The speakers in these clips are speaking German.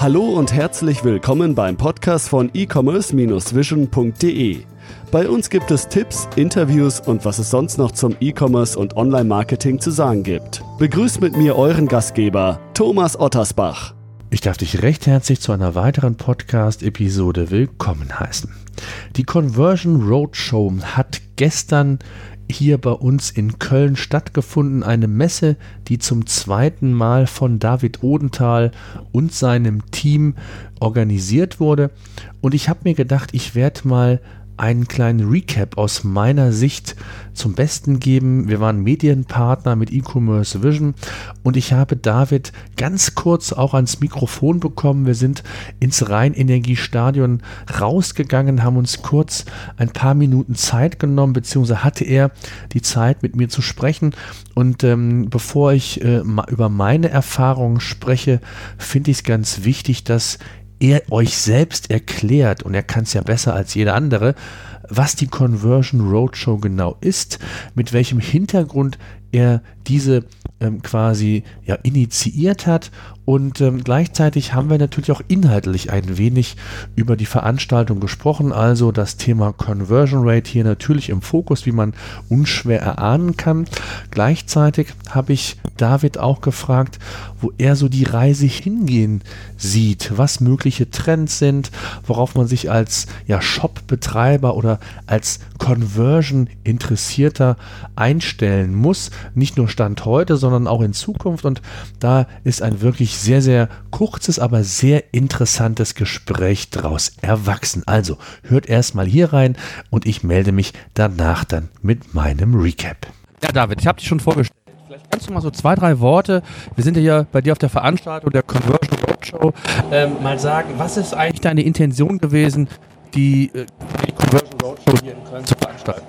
Hallo und herzlich willkommen beim Podcast von e-commerce-vision.de. Bei uns gibt es Tipps, Interviews und was es sonst noch zum E-Commerce und Online-Marketing zu sagen gibt. Begrüßt mit mir euren Gastgeber, Thomas Ottersbach. Ich darf dich recht herzlich zu einer weiteren Podcast-Episode willkommen heißen. Die Conversion Roadshow hat gestern hier bei uns in Köln stattgefunden, eine Messe, die zum zweiten Mal von David Odenthal und seinem Team organisiert wurde. Und ich habe mir gedacht, ich werde mal einen kleinen Recap aus meiner Sicht zum Besten geben. Wir waren Medienpartner mit E-Commerce Vision und ich habe David ganz kurz auch ans Mikrofon bekommen. Wir sind ins Rhein-Energie-Stadion rausgegangen, haben uns kurz ein paar Minuten Zeit genommen, beziehungsweise hatte er die Zeit, mit mir zu sprechen. Und bevor ich über meine Erfahrungen spreche, finde ich es ganz wichtig, dass er euch selbst erklärt, und er kann es ja besser als jeder andere, was die Conversion Roadshow genau ist, mit welchem Hintergrund er diese quasi initiiert hat, und gleichzeitig haben wir natürlich auch inhaltlich ein wenig über die Veranstaltung gesprochen, also das Thema Conversion Rate hier natürlich im Fokus, wie man unschwer erahnen kann. Gleichzeitig habe ich David auch gefragt, wo er so die Reise hingehen sieht, was mögliche Trends sind, worauf man sich als Shop-Betreiber oder als Conversion-Interessierter einstellen muss, nicht nur Stand heute, sondern auch in Zukunft, und da ist ein wirklich sehr, sehr kurzes, aber sehr interessantes Gespräch draus erwachsen. Also hört erstmal hier rein und ich melde mich danach dann mit meinem Recap. Ja, David, ich habe dich schon vorgestellt. Vielleicht kannst du mal so 2-3 Worte, wir sind ja bei dir auf der Veranstaltung der Conversion Roadshow, mal sagen, was ist eigentlich deine Intention gewesen, die Conversion Roadshow hier in Köln zu veranstalten?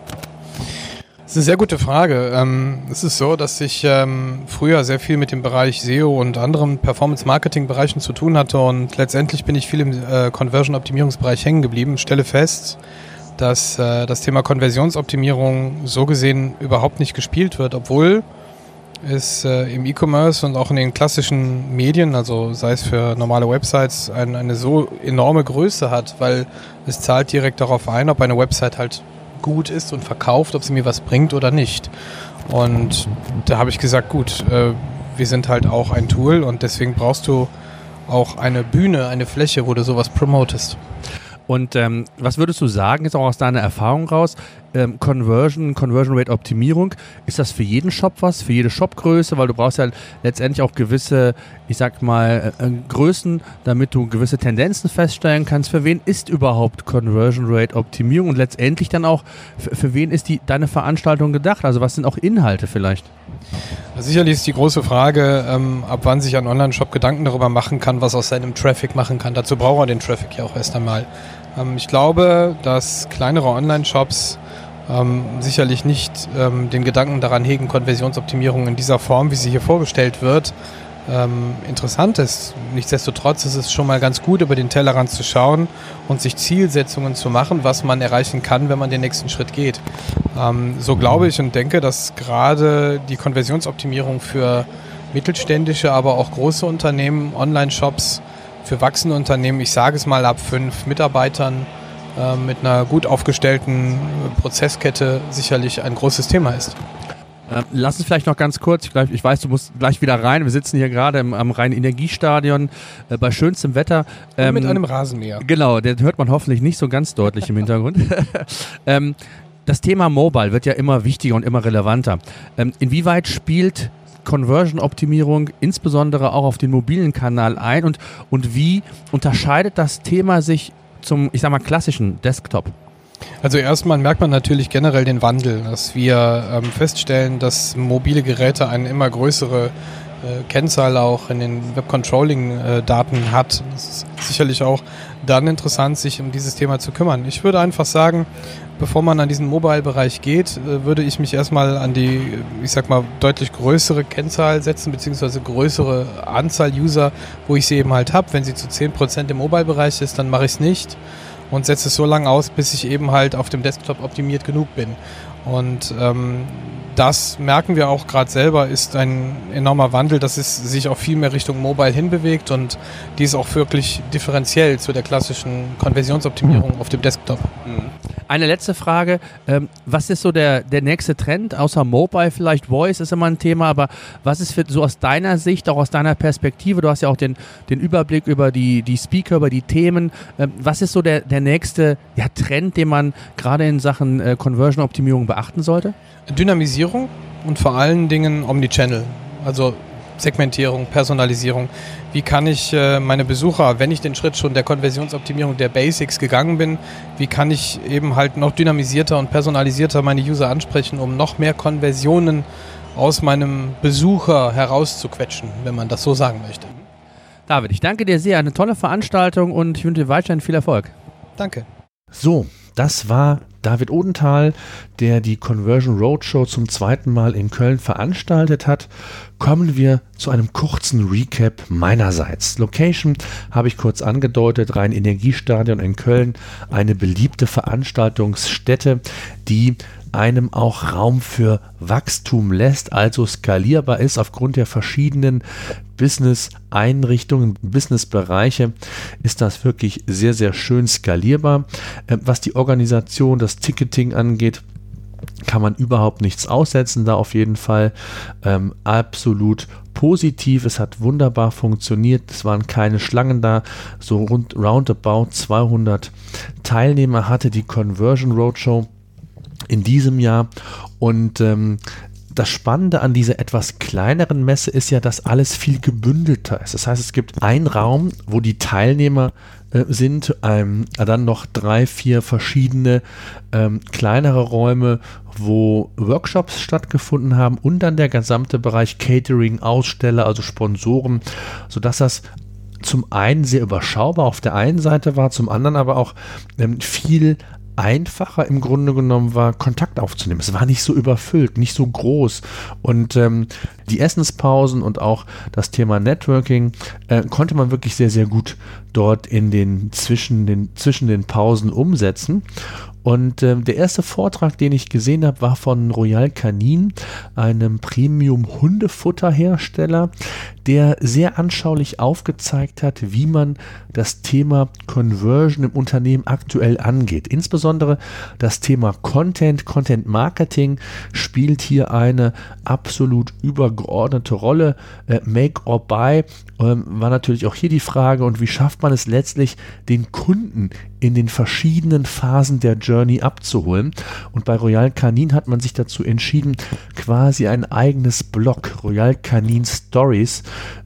Das ist eine sehr gute Frage. Es ist so, dass ich früher sehr viel mit dem Bereich SEO und anderen Performance-Marketing-Bereichen zu tun hatte, und letztendlich bin ich viel im Conversion-Optimierungsbereich hängen geblieben. Stelle fest, dass das Thema Konversionsoptimierung so gesehen überhaupt nicht gespielt wird, obwohl es im E-Commerce und auch in den klassischen Medien, also sei es für normale Websites, eine so enorme Größe hat, weil es zahlt direkt darauf ein, ob eine Website halt gut ist und verkauft, ob sie mir was bringt oder nicht. Und da habe ich gesagt, gut, wir sind halt auch ein Tool, und deswegen brauchst du auch eine Bühne, eine Fläche, wo du sowas promotest. Und was würdest du sagen, jetzt auch aus deiner Erfahrung raus, Conversion Rate Optimierung, ist das für jeden Shop was, für jede Shopgröße, weil du brauchst ja letztendlich auch gewisse, ich sag mal, Größen, damit du gewisse Tendenzen feststellen kannst. Für wen ist überhaupt Conversion Rate Optimierung, und letztendlich dann auch, für wen ist deine Veranstaltung gedacht? Also was sind auch Inhalte vielleicht? Sicherlich ist die große Frage, ab wann sich ein Online-Shop Gedanken darüber machen kann, was aus seinem Traffic machen kann. Dazu braucht er den Traffic ja auch erst einmal. Ich glaube, dass kleinere Online-Shops sicherlich nicht den Gedanken daran hegen, Konversionsoptimierung in dieser Form, wie sie hier vorgestellt wird, interessant ist. Nichtsdestotrotz ist es schon mal ganz gut, über den Tellerrand zu schauen und sich Zielsetzungen zu machen, was man erreichen kann, wenn man den nächsten Schritt geht. So glaube ich und denke, dass gerade die Konversionsoptimierung für mittelständische, aber auch große Unternehmen, Online-Shops, für wachsende Unternehmen, ich sage es mal ab 5 Mitarbeitern, mit einer gut aufgestellten Prozesskette sicherlich ein großes Thema ist. Lass uns vielleicht noch ganz kurz, ich weiß, du musst gleich wieder rein, wir sitzen hier gerade am Rhein-Energie-Stadion bei schönstem Wetter. Und mit einem Rasenmäher. Genau, den hört man hoffentlich nicht so ganz deutlich im Hintergrund. Das Thema Mobile wird ja immer wichtiger und immer relevanter. Inwieweit spielt Conversion-Optimierung insbesondere auch auf den mobilen Kanal ein, und wie unterscheidet das Thema sich zum, ich sag mal, klassischen Desktop? Also erstmal merkt man natürlich generell den Wandel, dass wir feststellen, dass mobile Geräte eine immer größere Kennzahl auch in den Web-Controlling-Daten hat. Es ist sicherlich auch dann interessant, sich um dieses Thema zu kümmern. Ich würde einfach sagen, bevor man an diesen Mobile-Bereich geht, würde ich mich erstmal an die, ich sag mal, deutlich größere Kennzahl setzen, beziehungsweise größere Anzahl User, wo ich sie eben halt habe. Wenn sie zu 10% im Mobile-Bereich ist, dann mache ich es nicht und setze es so lange aus, bis ich eben halt auf dem Desktop optimiert genug bin. Und das merken wir auch gerade selber, ist ein enormer Wandel, dass es sich auch viel mehr Richtung Mobile hinbewegt und dies auch wirklich differenziell zu der klassischen Konversionsoptimierung auf dem Desktop. Eine letzte Frage, was ist so der nächste Trend, außer Mobile vielleicht, Voice ist immer ein Thema, aber was ist so aus deiner Sicht, auch aus deiner Perspektive, du hast ja auch den Überblick über die Speaker, über die Themen, was ist so der nächste Trend, den man gerade in Sachen Conversion-Optimierung beachten sollte? Dynamisierung und vor allen Dingen Omnichannel, also Segmentierung, Personalisierung. Wie kann ich meine Besucher, wenn ich den Schritt schon der Konversionsoptimierung der Basics gegangen bin, wie kann ich eben halt noch dynamisierter und personalisierter meine User ansprechen, um noch mehr Konversionen aus meinem Besucher herauszuquetschen, wenn man das so sagen möchte. David, ich danke dir sehr, eine tolle Veranstaltung und ich wünsche dir weiterhin viel Erfolg. Danke. So, das war David Odenthal, der die Conversion Roadshow zum zweiten Mal in Köln veranstaltet hat. Kommen wir zu einem kurzen Recap meinerseits. Location habe ich kurz angedeutet, Rhein-Energiestadion in Köln, eine beliebte Veranstaltungsstätte, die einem auch Raum für Wachstum lässt, also skalierbar ist aufgrund der verschiedenen Business-Einrichtungen, Business-Bereiche, ist das wirklich sehr, sehr schön skalierbar. Was die Organisation, das Ticketing angeht, kann man überhaupt nichts aussetzen, da auf jeden Fall absolut positiv. Es hat wunderbar funktioniert, es waren keine Schlangen da, so roundabout 200 Teilnehmer hatte die Conversion Roadshow in diesem Jahr und das Spannende an dieser etwas kleineren Messe ist ja, dass alles viel gebündelter ist. Das heißt, es gibt einen Raum, wo die Teilnehmer sind, dann noch 3, 4 verschiedene kleinere Räume, wo Workshops stattgefunden haben und dann der gesamte Bereich Catering, Aussteller, also Sponsoren, sodass das zum einen sehr überschaubar auf der einen Seite war, zum anderen aber auch viel einfacher im Grunde genommen war, Kontakt aufzunehmen. Es war nicht so überfüllt, nicht so groß und die Essenspausen und auch das Thema Networking konnte man wirklich sehr, sehr gut dort zwischen den Pausen umsetzen. Und der erste Vortrag, den ich gesehen habe, war von Royal Canin, einem Premium-Hundefutterhersteller, der sehr anschaulich aufgezeigt hat, wie man das Thema Conversion im Unternehmen aktuell angeht. Insbesondere das Thema Content Marketing spielt hier eine absolut übergeordnete Rolle. Make or Buy war natürlich auch hier die Frage, und wie schafft man es letztlich, den Kunden in den verschiedenen Phasen der Journey abzuholen. Und bei Royal Canin hat man sich dazu entschieden, quasi ein eigenes Blog, Royal Canin Stories,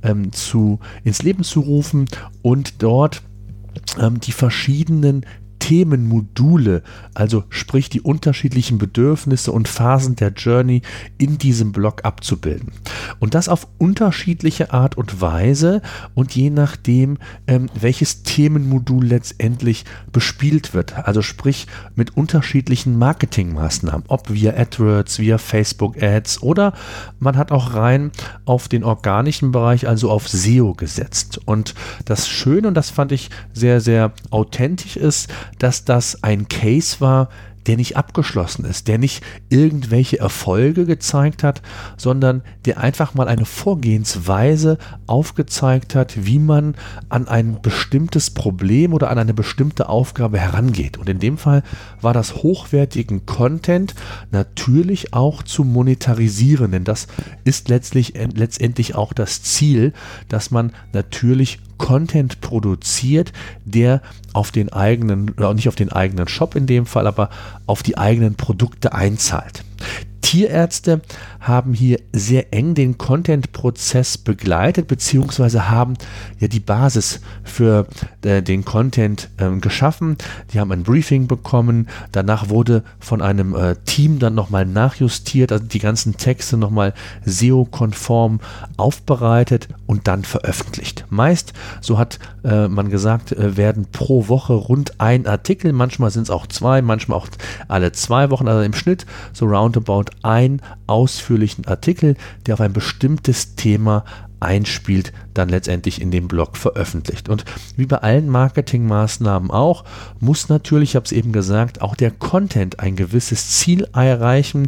ins Leben zu rufen und dort die verschiedenen Themenmodule, also sprich die unterschiedlichen Bedürfnisse und Phasen der Journey in diesem Blog abzubilden. Und das auf unterschiedliche Art und Weise und je nachdem, welches Themenmodul letztendlich bespielt wird. Also sprich mit unterschiedlichen Marketingmaßnahmen, ob via AdWords, via Facebook Ads oder man hat auch rein auf den organischen Bereich, also auf SEO gesetzt. Und das Schöne, und das fand ich sehr, sehr authentisch ist, dass das ein Case war, der nicht abgeschlossen ist, der nicht irgendwelche Erfolge gezeigt hat, sondern der einfach mal eine Vorgehensweise aufgezeigt hat, wie man an ein bestimmtes Problem oder an eine bestimmte Aufgabe herangeht. Und in dem Fall war das hochwertigen Content natürlich auch zu monetarisieren, denn das ist letztendlich auch das Ziel, dass man natürlich Content produziert, der auf den eigenen, oder nicht auf den eigenen Shop in dem Fall, aber auf die eigenen Produkte einzahlt. Tierärzte haben hier sehr eng den Content-Prozess begleitet, beziehungsweise haben ja die Basis für den Content geschaffen. Die haben ein Briefing bekommen, danach wurde von einem Team dann nochmal nachjustiert, also die ganzen Texte nochmal SEO-konform aufbereitet und dann veröffentlicht. Meist, so hat man gesagt, werden pro Woche rund ein Artikel, manchmal sind es auch 2, manchmal auch alle 2 Wochen, also im Schnitt so roundabout ein ausführlichen Artikel, der auf ein bestimmtes Thema einspielt, dann letztendlich in dem Blog veröffentlicht. Und wie bei allen Marketingmaßnahmen auch, muss natürlich, ich habe es eben gesagt, auch der Content ein gewisses Ziel erreichen.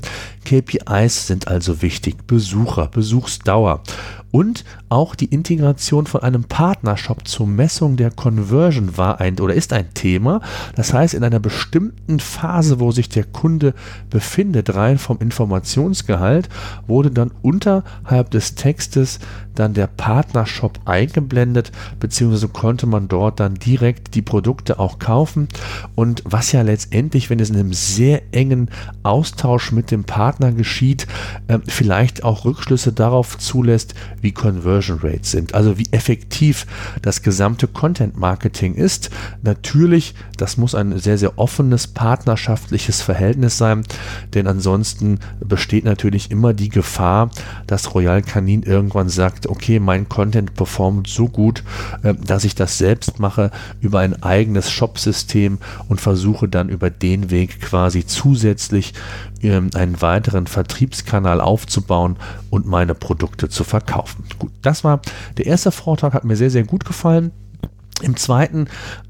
KPIs sind also wichtig, Besucher, Besuchsdauer und auch die Integration von einem Partnershop zur Messung der Conversion ist ein Thema. Das heißt, in einer bestimmten Phase, wo sich der Kunde befindet, rein vom Informationsgehalt, wurde dann unterhalb des Textes dann der Partnershop eingeblendet, beziehungsweise konnte man dort dann direkt die Produkte auch kaufen. Und was ja letztendlich, wenn es in einem sehr engen Austausch mit dem Partner geschieht, vielleicht auch Rückschlüsse darauf zulässt, wie Conversion Rates sind, also wie effektiv das gesamte Content Marketing ist. Natürlich, das muss ein sehr, sehr offenes, partnerschaftliches Verhältnis sein, denn ansonsten besteht natürlich immer die Gefahr, dass Royal Canin irgendwann sagt, okay, mein Content performt so gut, dass ich das selbst mache über ein eigenes Shop-System und versuche dann über den Weg quasi zusätzlich einen weiteren Vertriebskanal aufzubauen und meine Produkte zu verkaufen. Gut, das war der erste Vortrag, hat mir sehr, sehr gut gefallen. Im zweiten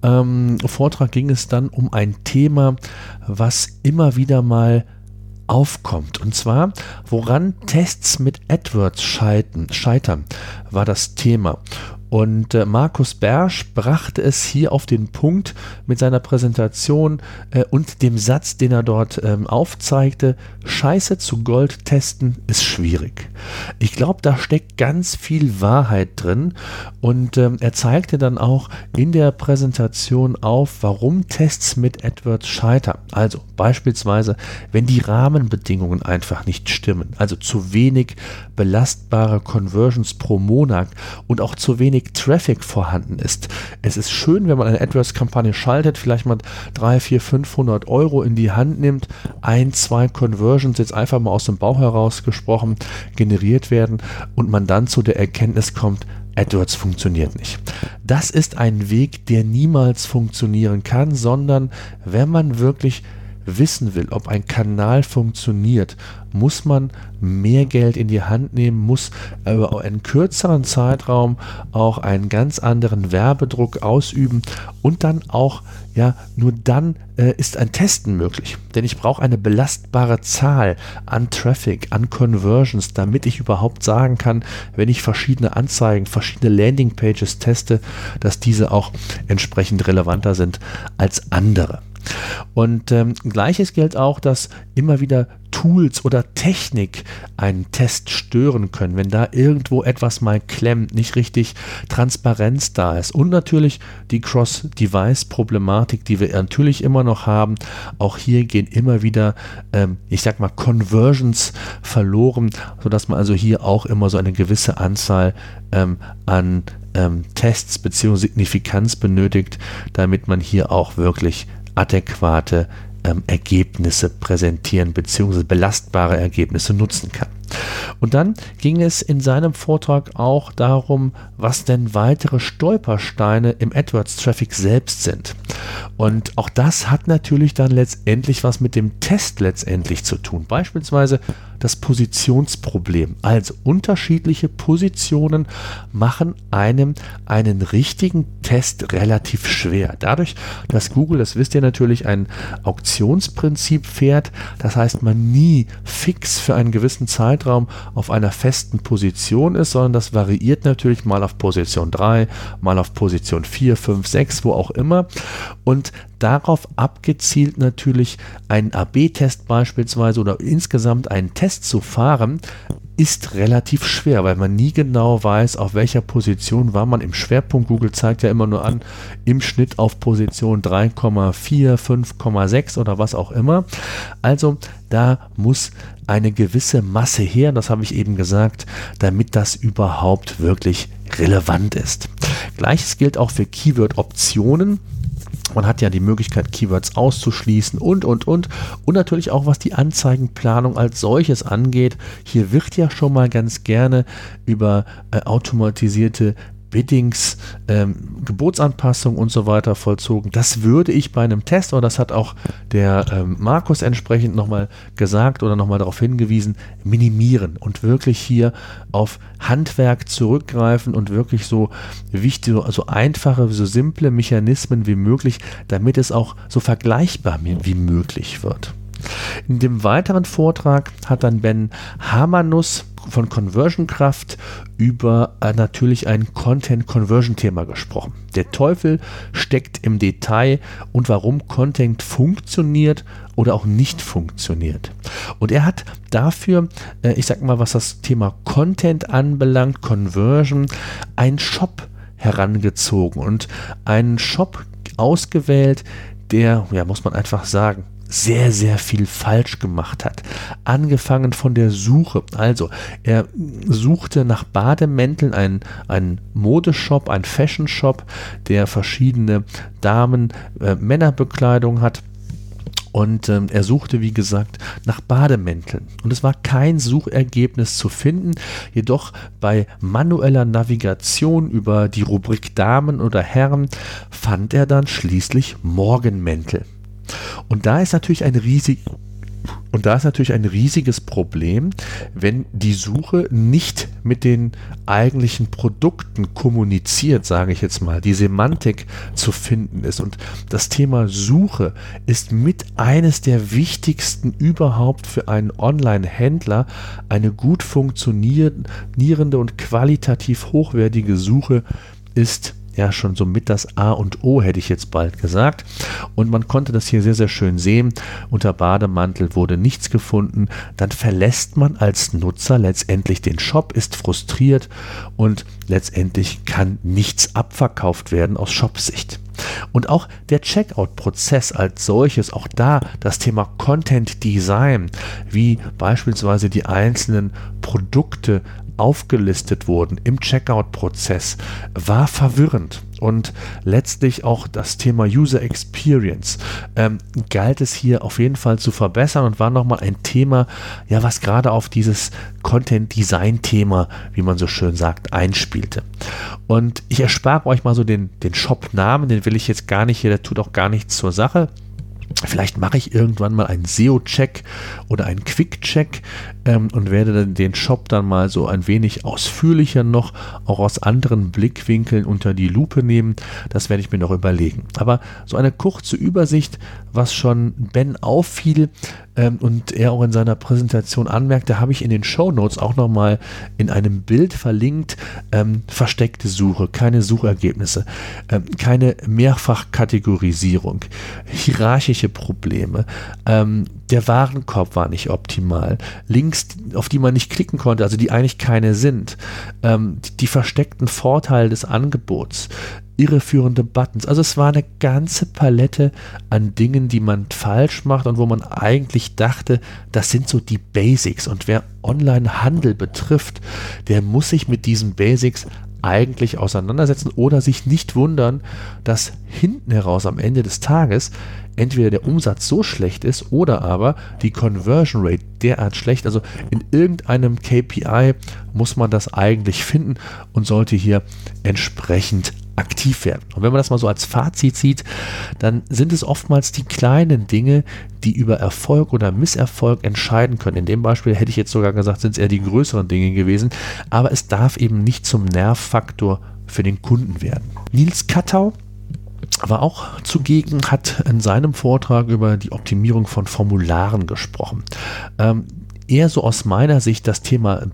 Vortrag ging es dann um ein Thema, was immer wieder mal aufkommt. Und zwar, woran Tests mit AdWords scheitern, war das Thema. Und Markus Bersch brachte es hier auf den Punkt mit seiner Präsentation und dem Satz, den er dort aufzeigte: Scheiße zu Gold testen ist schwierig. Ich glaube, da steckt ganz viel Wahrheit drin, und er zeigte dann auch in der Präsentation auf, warum Tests mit AdWords scheitern. Also beispielsweise, wenn die Rahmenbedingungen einfach nicht stimmen, also zu wenig belastbare Conversions pro Monat und auch zu wenig Traffic vorhanden ist. Es ist schön, wenn man eine AdWords-Kampagne schaltet, vielleicht mal 300, 400, 500 Euro in die Hand nimmt, 1, 2 Conversions, jetzt einfach mal aus dem Bauch heraus gesprochen, generiert werden und man dann zu der Erkenntnis kommt, AdWords funktioniert nicht. Das ist ein Weg, der niemals funktionieren kann, sondern wenn man wirklich wissen will, ob ein Kanal funktioniert, muss man mehr Geld in die Hand nehmen, muss über einen kürzeren Zeitraum auch einen ganz anderen Werbedruck ausüben und dann auch, nur dann ist ein Testen möglich. Denn ich brauche eine belastbare Zahl an Traffic, an Conversions, damit ich überhaupt sagen kann, wenn ich verschiedene Anzeigen, verschiedene Landingpages teste, dass diese auch entsprechend relevanter sind als andere. Und Gleiches gilt auch, dass immer wieder Tools oder Technik einen Test stören können, wenn da irgendwo etwas mal klemmt, nicht richtig Transparenz da ist. Und natürlich die Cross-Device-Problematik, die wir natürlich immer noch haben. Auch hier gehen immer wieder, Conversions verloren, sodass man also hier auch immer so eine gewisse Anzahl an Tests bzw. Signifikanz benötigt, damit man hier auch wirklich adäquate Ergebnisse präsentieren bzw. belastbare Ergebnisse nutzen kann. Und dann ging es in seinem Vortrag auch darum, was denn weitere Stolpersteine im AdWords-Traffic selbst sind. Und auch das hat natürlich dann letztendlich was mit dem Test letztendlich zu tun. Beispielsweise das Positionsproblem. Also unterschiedliche Positionen machen einem einen richtigen Test relativ schwer. Dadurch, dass Google, das wisst ihr natürlich, ein Auktionsprinzip fährt, das heißt, man nie fix für einen gewissen Zeitraum auf einer festen Position ist, sondern das variiert natürlich mal auf Position 3, mal auf Position 4, 5, 6, wo auch immer. Und darauf abgezielt natürlich einen AB-Test beispielsweise oder insgesamt einen Test zu fahren, ist relativ schwer, weil man nie genau weiß, auf welcher Position war man im Schwerpunkt. Google zeigt ja immer nur an, im Schnitt auf Position 3,4, 5,6 oder was auch immer. Also da muss eine gewisse Masse her, das habe ich eben gesagt, damit das überhaupt wirklich relevant ist. Gleiches gilt auch für Keyword-Optionen. Man hat ja die Möglichkeit, Keywords auszuschließen und natürlich auch, was die Anzeigenplanung als solches angeht. Hier wird ja schon mal ganz gerne über automatisierte Biddings, Gebotsanpassungen und so weiter vollzogen. Das würde ich bei einem Test, oder das hat auch der Markus entsprechend nochmal gesagt oder nochmal darauf hingewiesen, minimieren und wirklich hier auf Handwerk zurückgreifen und wirklich so wichtige, so einfache, so simple Mechanismen wie möglich, damit es auch so vergleichbar wie möglich wird. In dem weiteren Vortrag hat dann Ben Hamanus von Conversion Craft über natürlich ein Content-Conversion-Thema gesprochen. Der Teufel steckt im Detail und warum Content funktioniert oder auch nicht funktioniert. Und er hat dafür, ich sag mal, was das Thema Content anbelangt, Conversion, einen Shop herangezogen und einen Shop ausgewählt, der, ja, muss man einfach sagen, sehr, sehr viel falsch gemacht hat. Angefangen von der Suche. Also, er suchte nach Bademänteln, einen Modeshop, einen Fashion-Shop, der verschiedene Damen-Männerbekleidung hat. Und er suchte, wie gesagt, nach Bademänteln. Und es war kein Suchergebnis zu finden. Jedoch bei manueller Navigation über die Rubrik Damen oder Herren fand er dann schließlich Morgenmäntel. Und da ist natürlich ein riesiges Problem, wenn die Suche nicht mit den eigentlichen Produkten kommuniziert, sage ich jetzt mal, die Semantik zu finden ist. Und das Thema Suche ist mit eines der wichtigsten überhaupt für einen Online-Händler. Eine gut funktionierende und qualitativ hochwertige Suche ist ja schon so mit das A und O, hätte ich jetzt bald gesagt. Und man konnte das hier sehr, sehr schön sehen. Unter Bademantel wurde nichts gefunden. Dann verlässt man als Nutzer letztendlich den Shop, ist frustriert und letztendlich kann nichts abverkauft werden aus Shopsicht. Und auch der Checkout-Prozess als solches, auch da das Thema Content Design, wie beispielsweise die einzelnen Produkte aufgelistet wurden im Checkout-Prozess, war verwirrend. Und letztlich auch das Thema User Experience galt es hier auf jeden Fall zu verbessern und war nochmal ein Thema, ja, was gerade auf dieses Content-Design-Thema, wie man so schön sagt, einspielte. Und ich erspare euch mal so den Shop-Namen, den will ich jetzt gar nicht hier, der tut auch gar nichts zur Sache. Vielleicht mache ich irgendwann mal einen SEO-Check oder einen Quick-Check und werde dann den Shop dann mal so ein wenig ausführlicher noch, auch aus anderen Blickwinkeln unter die Lupe nehmen. Das werde ich mir noch überlegen. Aber so eine kurze Übersicht, was schon Ben auffiel und er auch in seiner Präsentation anmerkte, habe ich in den Shownotes auch nochmal in einem Bild verlinkt. Versteckte Suche, keine Suchergebnisse, keine Mehrfachkategorisierung, hierarchische Probleme, der Warenkorb war nicht optimal, Links, auf die man nicht klicken konnte, also die eigentlich keine sind, die versteckten Vorteile des Angebots, irreführende Buttons. Also es war eine ganze Palette an Dingen, die man falsch macht und wo man eigentlich dachte, das sind so die Basics. Und wer Online-Handel betrifft, der muss sich mit diesen Basics eigentlich auseinandersetzen oder sich nicht wundern, dass hinten heraus am Ende des Tages entweder der Umsatz so schlecht ist oder aber die Conversion Rate derart schlecht. Also in irgendeinem KPI muss man das eigentlich finden und sollte hier entsprechend aktiv werden. Und wenn man das mal so als Fazit sieht, dann sind es oftmals die kleinen Dinge, die über Erfolg oder Misserfolg entscheiden können. In dem Beispiel hätte ich jetzt sogar gesagt, sind es eher die größeren Dinge gewesen, aber es darf eben nicht zum Nervfaktor für den Kunden werden. Nils Kattau war auch zugegen, hat in seinem Vortrag über die Optimierung von gesprochen. Eher so aus meiner Sicht das Thema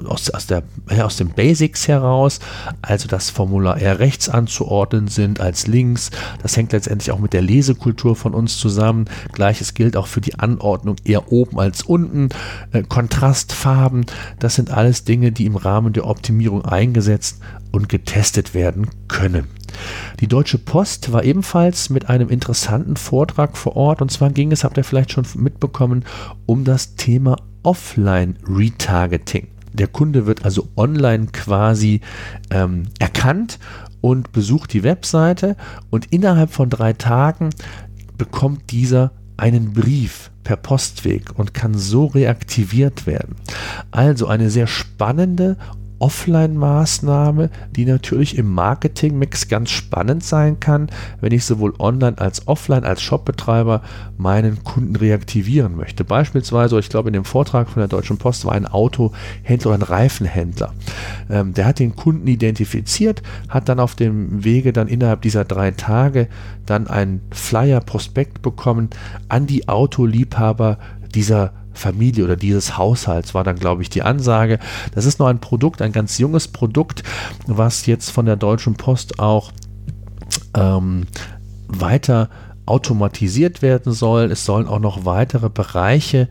aus den Basics heraus, also das Formular eher rechts anzuordnen sind als links. Das hängt letztendlich auch mit der Lesekultur von uns zusammen. Gleiches gilt auch für die Anordnung eher oben als unten. Kontrastfarben, das sind alles Dinge, die im Rahmen der Optimierung eingesetzt und getestet werden können. Die Deutsche Post war ebenfalls mit einem interessanten Vortrag vor Ort, und zwar ging es, habt ihr vielleicht schon mitbekommen, um das Thema Offline-Retargeting. Der Kunde wird also online quasi erkannt und besucht die Webseite und innerhalb von 3 Tagen bekommt dieser einen Brief per Postweg und kann so reaktiviert werden. Also eine sehr spannende Offline-Maßnahme, die natürlich im Marketing-Mix ganz spannend sein kann, wenn ich sowohl online als offline als Shopbetreiber meinen Kunden reaktivieren möchte. Beispielsweise, ich glaube in dem Vortrag von der Deutschen Post war ein Autohändler oder ein Reifenhändler. Der hat den Kunden identifiziert, hat dann auf dem Wege dann innerhalb dieser 3 Tage dann einen Flyer-Prospekt bekommen an die Autoliebhaber dieser Familie oder dieses Haushalts, war dann, glaube ich, die Ansage. Das ist noch ein Produkt, ein ganz junges Produkt, was jetzt von der Deutschen Post auch weiter automatisiert werden soll. Es sollen auch noch weitere Bereiche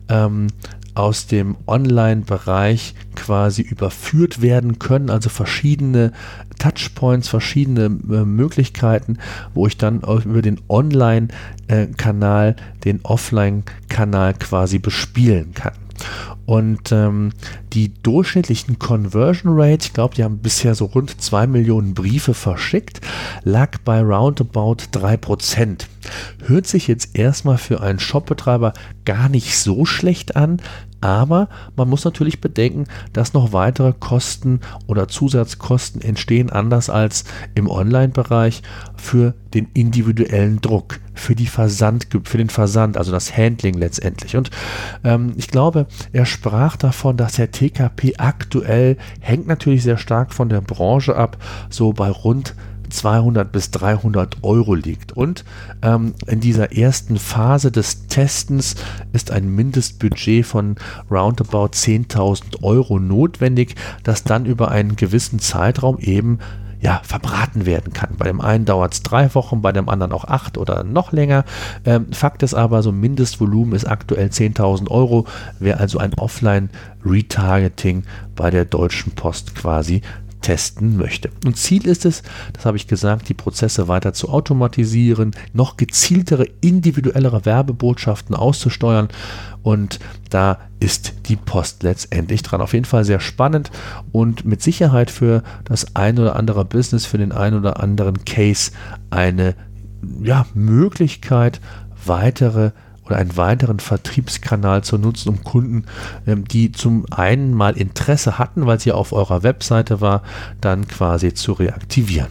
aus dem Online-Bereich quasi überführt werden können, also verschiedene Touchpoints, verschiedene Möglichkeiten, wo ich dann über den Online-Kanal den Offline-Kanal quasi bespielen kann. Und die durchschnittlichen Conversion Rate, ich glaube, die haben bisher so rund 2 Millionen Briefe verschickt, lag bei roundabout 3%. Hört sich jetzt erstmal für einen Shopbetreiber gar nicht so schlecht an, aber man muss natürlich bedenken, dass noch weitere Kosten oder Zusatzkosten entstehen, anders als im Online-Bereich, für den individuellen Druck, für den Versand, also das Handling letztendlich. Und ich glaube, er sprach davon, dass der TKP aktuell, hängt natürlich sehr stark von der Branche ab, so bei rund 200 bis 300 Euro liegt. Und in dieser ersten Phase des Testens ist ein Mindestbudget von roundabout 10.000 Euro notwendig, das dann über einen gewissen Zeitraum eben verbraten werden kann. Bei dem einen dauert es 3 Wochen, bei dem anderen auch 8 oder noch länger. Fakt ist aber, so Mindestvolumen ist aktuell 10.000 Euro. Wer also ein Offline-Retargeting bei der Deutschen Post quasi testen möchte. Und Ziel ist es, das habe ich gesagt, die Prozesse weiter zu automatisieren, noch gezieltere, individuellere Werbebotschaften auszusteuern, und da ist die Post letztendlich dran. Auf jeden Fall sehr spannend und mit Sicherheit für das ein oder andere Business, für den ein oder anderen Case eine Möglichkeit, einen weiteren Vertriebskanal zu nutzen, um Kunden, die zum einen mal Interesse hatten, weil sie auf eurer Webseite war, dann quasi zu reaktivieren.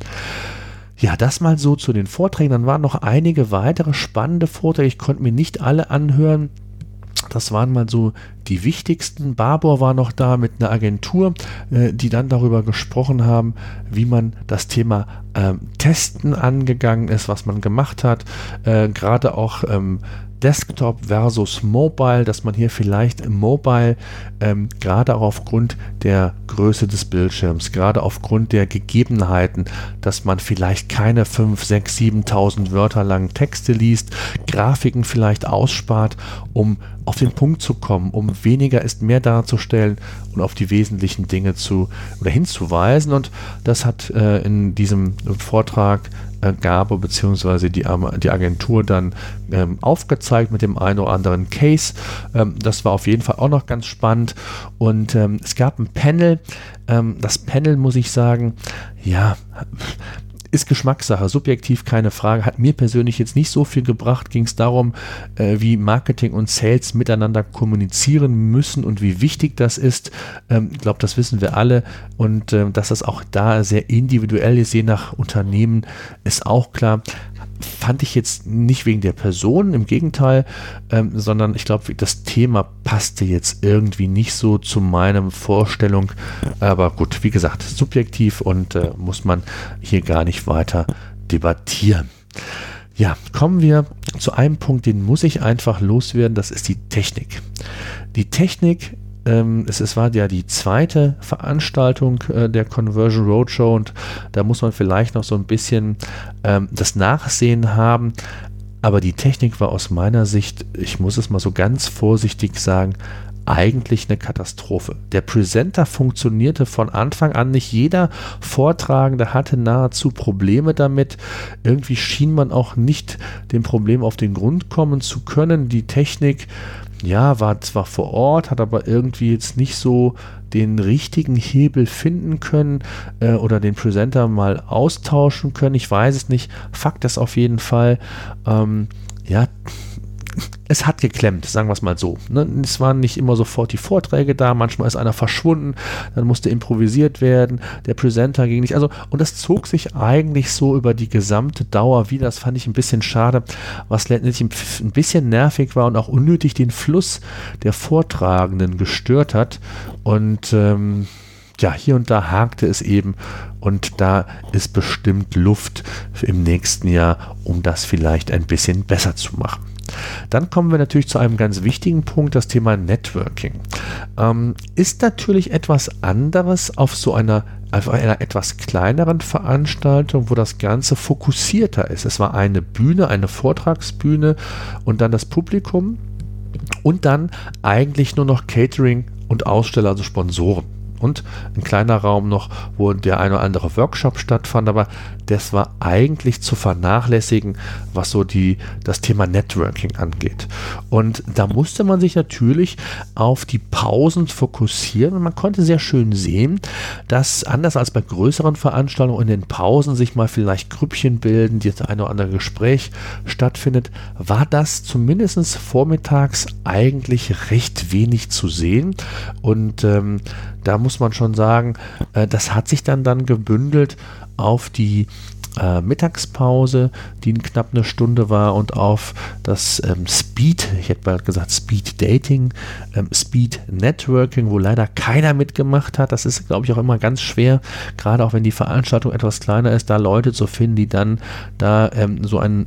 Ja, das mal so zu den Vorträgen. Dann waren noch einige weitere spannende Vorträge. Ich konnte mir nicht alle anhören. Das waren mal so die wichtigsten. Barbour war noch da mit einer Agentur, die dann darüber gesprochen haben, wie man das Thema Testen angegangen ist, was man gemacht hat. Gerade auch Desktop versus Mobile, dass man hier vielleicht im Mobile gerade auch aufgrund der Größe des Bildschirms, gerade aufgrund der Gegebenheiten, dass man vielleicht keine 5, 6, 7.000 Wörter langen Texte liest, Grafiken vielleicht ausspart, um auf den Punkt zu kommen, um weniger ist mehr darzustellen und auf die wesentlichen Dinge hinzuweisen. Und das hat in diesem Vortrag Gabe bzw. die Agentur dann aufgezeigt mit dem einen oder anderen Case. Das war auf jeden Fall auch noch ganz spannend. Und es gab ein Panel. Das Panel, muss ich sagen, ist Geschmackssache, subjektiv keine Frage, hat mir persönlich jetzt nicht so viel gebracht. Ging es darum, wie Marketing und Sales miteinander kommunizieren müssen und wie wichtig das ist. Ich glaube, das wissen wir alle, und dass das auch da sehr individuell ist, je nach Unternehmen, ist auch klar. Fand ich jetzt nicht wegen der Person, im Gegenteil, sondern ich glaube, das Thema passte jetzt irgendwie nicht so zu meiner Vorstellung. Aber gut, wie gesagt, subjektiv und muss man hier gar nicht weiter debattieren. Ja, kommen wir zu einem Punkt, den muss ich einfach loswerden, das ist die Technik. Die Technik, es war ja die zweite Veranstaltung der Conversion Roadshow, und da muss man vielleicht noch so ein bisschen das Nachsehen haben, aber die Technik war aus meiner Sicht, ich muss es mal so ganz vorsichtig sagen, eigentlich eine Katastrophe. Der Presenter funktionierte von Anfang an nicht. Jeder Vortragende hatte nahezu Probleme damit. Irgendwie schien man auch nicht dem Problem auf den Grund kommen zu können. Die Technik war zwar vor Ort, hat aber irgendwie jetzt nicht so den richtigen Hebel finden können oder den Presenter mal austauschen können. Ich weiß es nicht. Fakt ist auf jeden Fall, es hat geklemmt, sagen wir es mal so. Ne? Es waren nicht immer sofort die Vorträge da, manchmal ist einer verschwunden, dann musste improvisiert werden, der Presenter ging nicht. Also, und das zog sich eigentlich so über die gesamte Dauer wieder. Das fand ich ein bisschen schade, was letztendlich ein bisschen nervig war und auch unnötig den Fluss der Vortragenden gestört hat. Und hier und da hakte es eben und da ist bestimmt Luft im nächsten Jahr, um das vielleicht ein bisschen besser zu machen. Dann kommen wir natürlich zu einem ganz wichtigen Punkt, das Thema Networking. Ist natürlich etwas anderes auf einer etwas kleineren Veranstaltung, wo das Ganze fokussierter ist. Es war eine Bühne, eine Vortragsbühne und dann das Publikum und dann eigentlich nur noch Catering und Aussteller, also Sponsoren. Und ein kleiner Raum noch, wo der ein oder andere Workshop stattfand, aber das war eigentlich zu vernachlässigen, was so das Thema Networking angeht. Und da musste man sich natürlich auf die Pausen fokussieren und man konnte sehr schön sehen, dass anders als bei größeren Veranstaltungen in den Pausen sich mal vielleicht Grüppchen bilden, die das eine oder andere Gespräch stattfindet, war das zumindest vormittags eigentlich recht wenig zu sehen und da muss man schon sagen, das hat sich dann gebündelt auf die Mittagspause, die knapp eine Stunde war und auf das ich hätte bald gesagt Speed Dating, Speed Networking, wo leider keiner mitgemacht hat. Das ist, glaube ich, auch immer ganz schwer, gerade auch wenn die Veranstaltung etwas kleiner ist, da Leute zu finden, die dann da so ein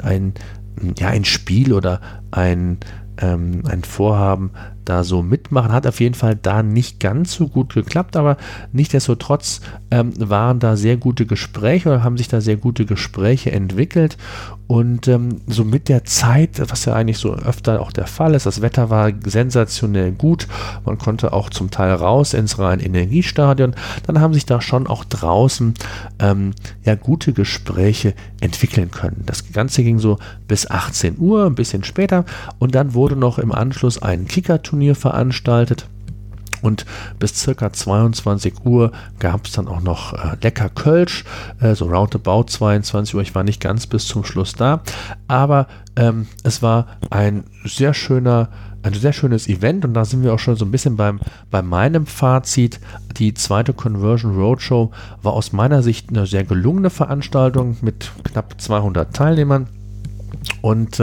Spiel oder ein Vorhaben da so mitmachen. Hat auf jeden Fall da nicht ganz so gut geklappt, aber nichtsdestotrotz waren da sehr gute Gespräche oder haben sich da sehr gute Gespräche entwickelt und so mit der Zeit, was ja eigentlich so öfter auch der Fall ist, das Wetter war sensationell gut, man konnte auch zum Teil raus ins Rhein-Energiestadion, dann haben sich da schon auch draußen gute Gespräche entwickeln können. Das Ganze ging so bis 18 Uhr, ein bisschen später und dann wurde noch im Anschluss ein Kickerturnier veranstaltet und bis circa 22 Uhr gab es dann auch noch lecker Kölsch, so roundabout 22 Uhr, ich war nicht ganz bis zum Schluss da, aber es war ein sehr schönes Event und da sind wir auch schon so ein bisschen bei meinem Fazit. Die zweite Conversion Roadshow war aus meiner Sicht eine sehr gelungene Veranstaltung mit knapp 200 Teilnehmern und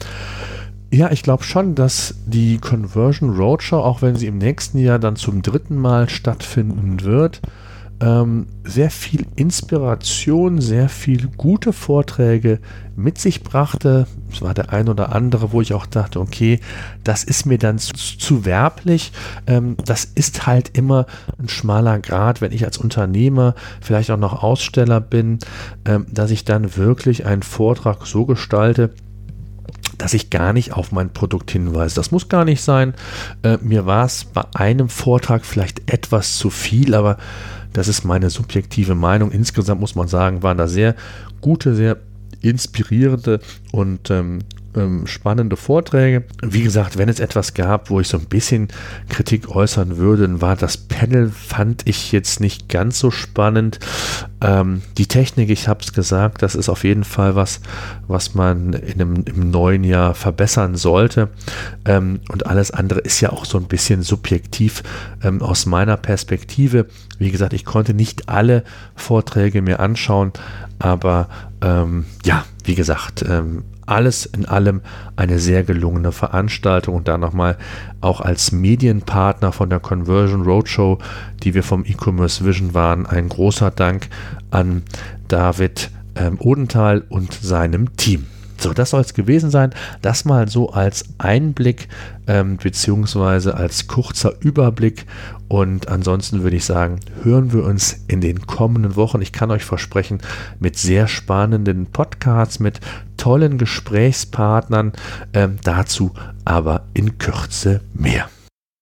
ich glaube schon, dass die Conversion Roadshow, auch wenn sie im nächsten Jahr dann zum 3. Mal stattfinden wird, sehr viel Inspiration, sehr viel gute Vorträge mit sich brachte. Es war der ein oder andere, wo ich auch dachte, okay, das ist mir dann zu werblich. Das ist halt immer ein schmaler Grat, wenn ich als Unternehmer vielleicht auch noch Aussteller bin, dass ich dann wirklich einen Vortrag so gestalte, dass ich gar nicht auf mein Produkt hinweise. Das muss gar nicht sein. Mir war es bei einem Vortrag vielleicht etwas zu viel, aber das ist meine subjektive Meinung. Insgesamt muss man sagen, waren da sehr gute, sehr inspirierende und spannende Vorträge. Wie gesagt, wenn es etwas gab, wo ich so ein bisschen Kritik äußern würde, dann war das Panel, fand ich jetzt nicht ganz so spannend. Die Technik, ich habe es gesagt, das ist auf jeden Fall was man im neuen Jahr verbessern sollte. Und alles andere ist ja auch so ein bisschen subjektiv aus meiner Perspektive. Wie gesagt, ich konnte nicht alle Vorträge mir anschauen, aber wie gesagt, alles in allem eine sehr gelungene Veranstaltung und da nochmal auch als Medienpartner von der Conversion Roadshow, die wir vom E-Commerce Vision waren, ein großer Dank an David Odenthal und seinem Team. So, das soll es gewesen sein. Das mal so als Einblick beziehungsweise als kurzer Überblick. Und ansonsten würde ich sagen, hören wir uns in den kommenden Wochen. Ich kann euch versprechen, mit sehr spannenden Podcasts, mit tollen Gesprächspartnern. Dazu aber in Kürze mehr.